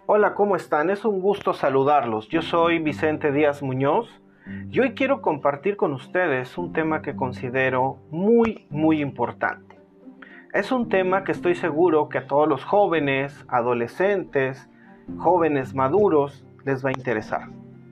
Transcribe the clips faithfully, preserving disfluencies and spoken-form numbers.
Hola, ¿cómo están? Es un gusto saludarlos. Yo soy Vicente Díaz Muñoz y hoy quiero compartir con ustedes un tema que considero muy, muy importante. Es un tema que estoy seguro que a todos los jóvenes, adolescentes, jóvenes maduros les va a interesar.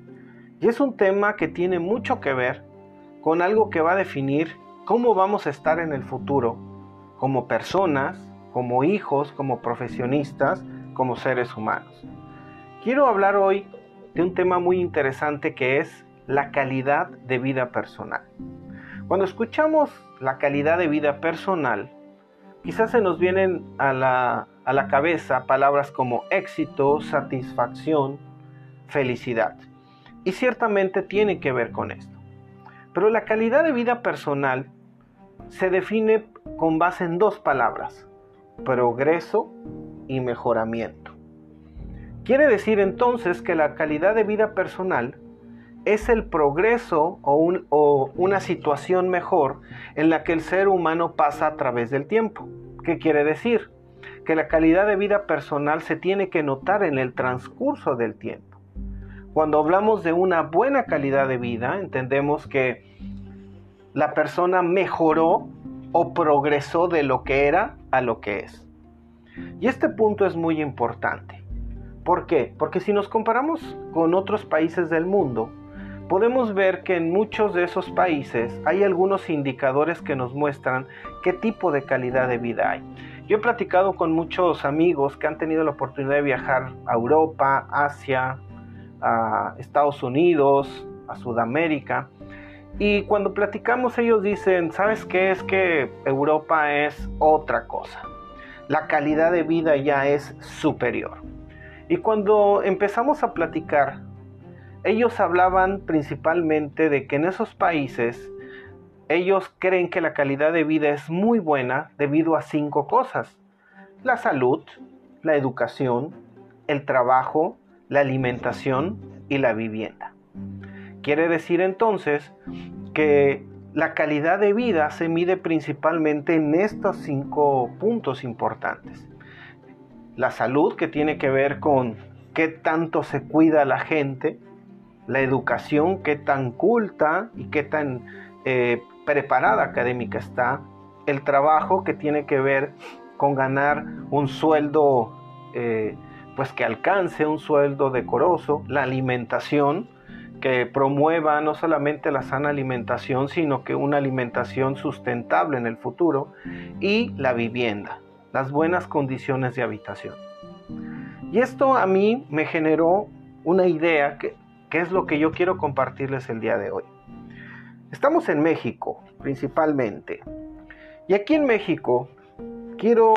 Y es un tema que tiene mucho que ver con algo que va a definir cómo vamos a estar en el futuro como personas, como hijos, como profesionistas, como seres humanos. Quiero hablar hoy de un tema muy interesante que es la calidad de vida personal. Cuando escuchamos la calidad de vida personal, quizás se nos vienen a la, a la cabeza palabras como éxito, satisfacción, felicidad. Y ciertamente tiene que ver con esto. Pero la calidad de vida personal se define con base en dos palabras: progreso y mejoramiento. Quiere decir entonces que la calidad de vida personal es el progreso o, un, o una situación mejor en la que el ser humano pasa a través del tiempo. ¿Qué quiere decir? Que la calidad de vida personal se tiene que notar en el transcurso del tiempo. Cuando hablamos de una buena calidad de vida, entendemos que la persona mejoró o progresó de lo que era a lo que es. Y este punto es muy importante. ¿Por qué? Porque si nos comparamos con otros países del mundo, podemos ver que en muchos de esos países hay algunos indicadores que nos muestran qué tipo de calidad de vida hay. Yo he platicado con muchos amigos que han tenido la oportunidad de viajar a Europa, Asia, a Estados Unidos, a Sudamérica. Y cuando platicamos ellos dicen, ¿sabes qué? Es que Europa es otra cosa. La calidad de vida ya es superior. Y cuando empezamos a platicar, ellos hablaban principalmente de que en esos países ellos creen que la calidad de vida es muy buena debido a cinco cosas: la salud, la educación, el trabajo, la alimentación y la vivienda. Quiere decir entonces que la calidad de vida se mide principalmente en estos cinco puntos importantes. La salud, que tiene que ver con qué tanto se cuida la gente; la educación, qué tan culta y qué tan eh, preparada académica está; el trabajo, que tiene que ver con ganar un sueldo eh, pues que alcance, un sueldo decoroso; la alimentación, que promueva no solamente la sana alimentación, sino que una alimentación sustentable en el futuro; y la vivienda, las buenas condiciones de habitación. Y esto a mí me generó una idea que, que es lo que yo quiero compartirles el día de hoy. Estamos en México, principalmente. Y aquí en México quiero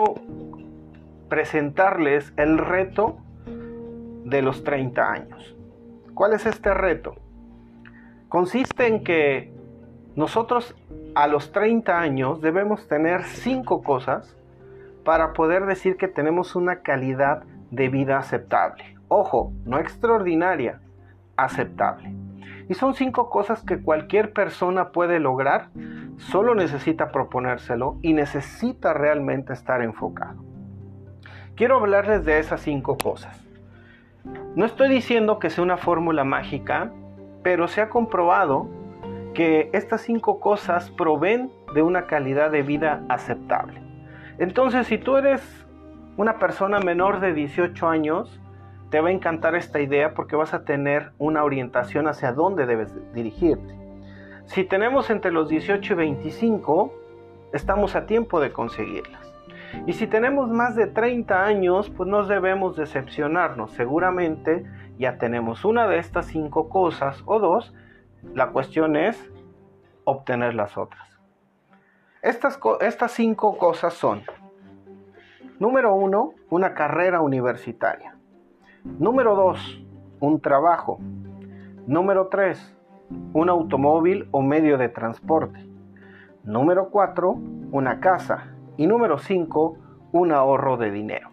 presentarles el reto de los treinta años. ¿Cuál es este reto? Consiste en que nosotros a los treinta años debemos tener cinco cosas para poder decir que tenemos una calidad de vida aceptable. Ojo, no extraordinaria, aceptable. Y son cinco cosas que cualquier persona puede lograr, solo necesita proponérselo y necesita realmente estar enfocado. Quiero hablarles de esas cinco cosas. No estoy diciendo que sea una fórmula mágica, pero se ha comprobado que estas cinco cosas proveen de una calidad de vida aceptable. Entonces, si tú eres una persona menor de dieciocho años, te va a encantar esta idea porque vas a tener una orientación hacia dónde debes dirigirte. Si tenemos entre los dieciocho y veinticinco, estamos a tiempo de conseguirlas. Y si tenemos más de treinta años, pues no debemos decepcionarnos. Seguramente ya tenemos una de estas cinco cosas o dos. La cuestión es obtener las otras. Estas, estas cinco cosas son: número uno, una carrera universitaria. Número dos, un trabajo. Número tres, un automóvil o medio de transporte. Número cuatro, una casa. Y número cinco, un ahorro de dinero.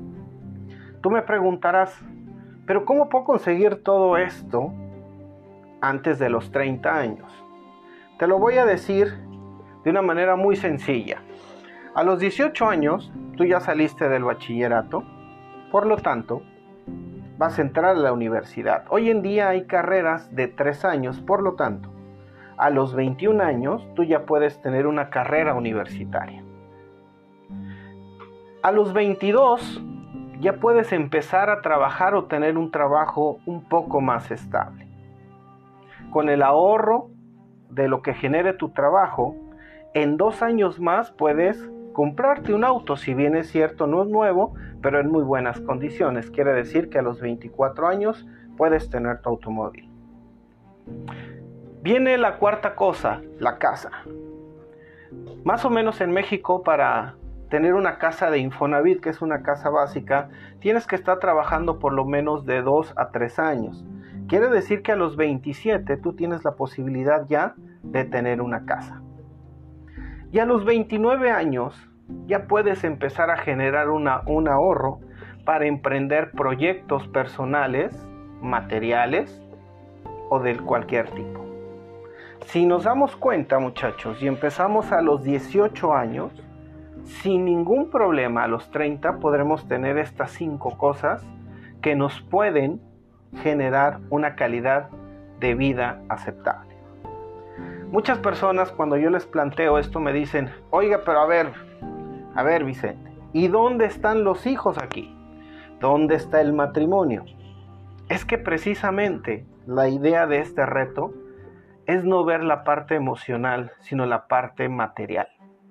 Tú me preguntarás, ¿pero cómo puedo conseguir todo esto antes de los treinta años? Te lo voy a decir de una manera muy sencilla. A los dieciocho años, tú ya saliste del bachillerato, por lo tanto, vas a entrar a la universidad. Hoy en día hay carreras de tres años, por lo tanto, a los veintiún años tú ya puedes tener una carrera universitaria. A los veintidós ya puedes empezar a trabajar o tener un trabajo un poco más estable. Con el ahorro de lo que genere tu trabajo, en dos años más puedes comprarte un auto. Si bien es cierto, no es nuevo, pero en muy buenas condiciones. Quiere decir que a los veinticuatro años puedes tener tu automóvil. Viene la cuarta cosa, la casa. Más o menos en México, para tener una casa de Infonavit, que es una casa básica, tienes que estar trabajando por lo menos de dos a tres años. Quiere decir que a los veintisiete tú tienes la posibilidad ya de tener una casa. Y a los veintinueve años ya puedes empezar a generar una, un ahorro para emprender proyectos personales, materiales o de cualquier tipo. Si nos damos cuenta, muchachos, y empezamos a los dieciocho años, sin ningún problema a los treinta podremos tener estas cinco cosas que nos pueden generar una calidad de vida aceptable. Muchas personas, cuando yo les planteo esto, me dicen: oiga, pero a ver, a ver Vicente, ¿y dónde están los hijos aquí? ¿Dónde está el matrimonio? Es que precisamente la idea de este reto es no ver la parte emocional, sino la parte material.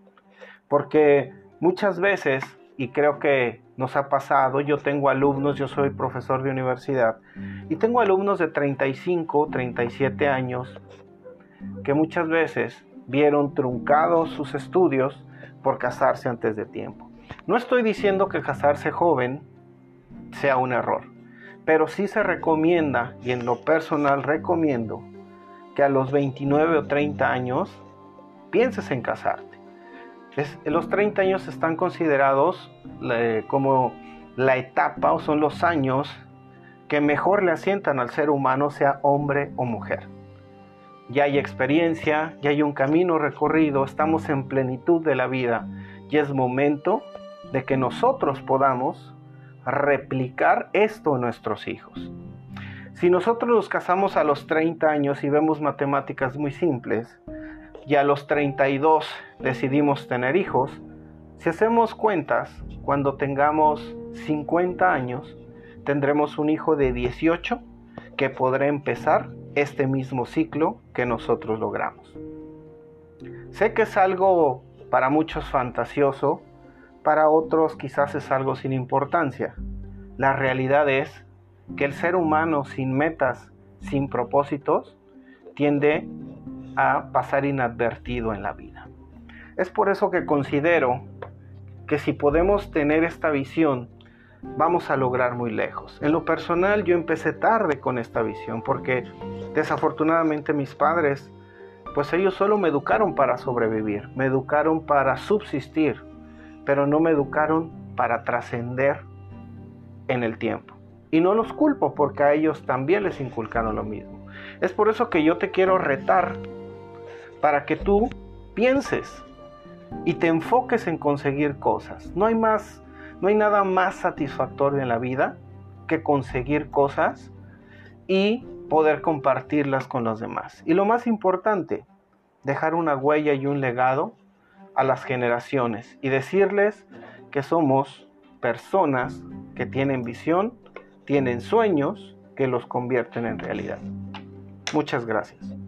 Porque muchas veces, y creo que nos ha pasado, yo tengo alumnos, yo soy profesor de universidad, y tengo alumnos de treinta y cinco, treinta y siete años, que muchas veces vieron truncados sus estudios por casarse antes de tiempo. No estoy diciendo que casarse joven sea un error, pero sí se recomienda, y en lo personal recomiendo, que a los veintinueve o treinta años pienses en casarte. Es, los treinta años están considerados eh, como la etapa, o son los años que mejor le asientan al ser humano, sea hombre o mujer. Ya hay experiencia, ya hay un camino recorrido, estamos en plenitud de la vida y es momento de que nosotros podamos replicar esto en nuestros hijos. Si nosotros nos casamos a los treinta años y vemos matemáticas muy simples, y a los treinta y dos decidimos tener hijos, si hacemos cuentas, cuando tengamos cincuenta años, tendremos un hijo de dieciocho que podrá empezar este mismo ciclo que nosotros logramos. Sé que es algo para muchos fantasioso, para otros quizás es algo sin importancia. La realidad es que el ser humano sin metas, sin propósitos, tiende a pasar inadvertido en la vida. Es por eso que considero que si podemos tener esta visión, vamos a lograr muy lejos. En lo personal, yo empecé tarde con esta visión porque desafortunadamente mis padres, pues ellos solo me educaron para sobrevivir, me educaron para subsistir, pero no me educaron para trascender en el tiempo. Y no los culpo porque a ellos también les inculcaron lo mismo. Es por eso que yo te quiero retar para que tú pienses y te enfoques en conseguir cosas. No hay más, no hay nada más satisfactorio en la vida que conseguir cosas y poder compartirlas con los demás. Y lo más importante, dejar una huella y un legado a las generaciones y decirles que somos personas que tienen visión, tienen sueños que los convierten en realidad. Muchas gracias.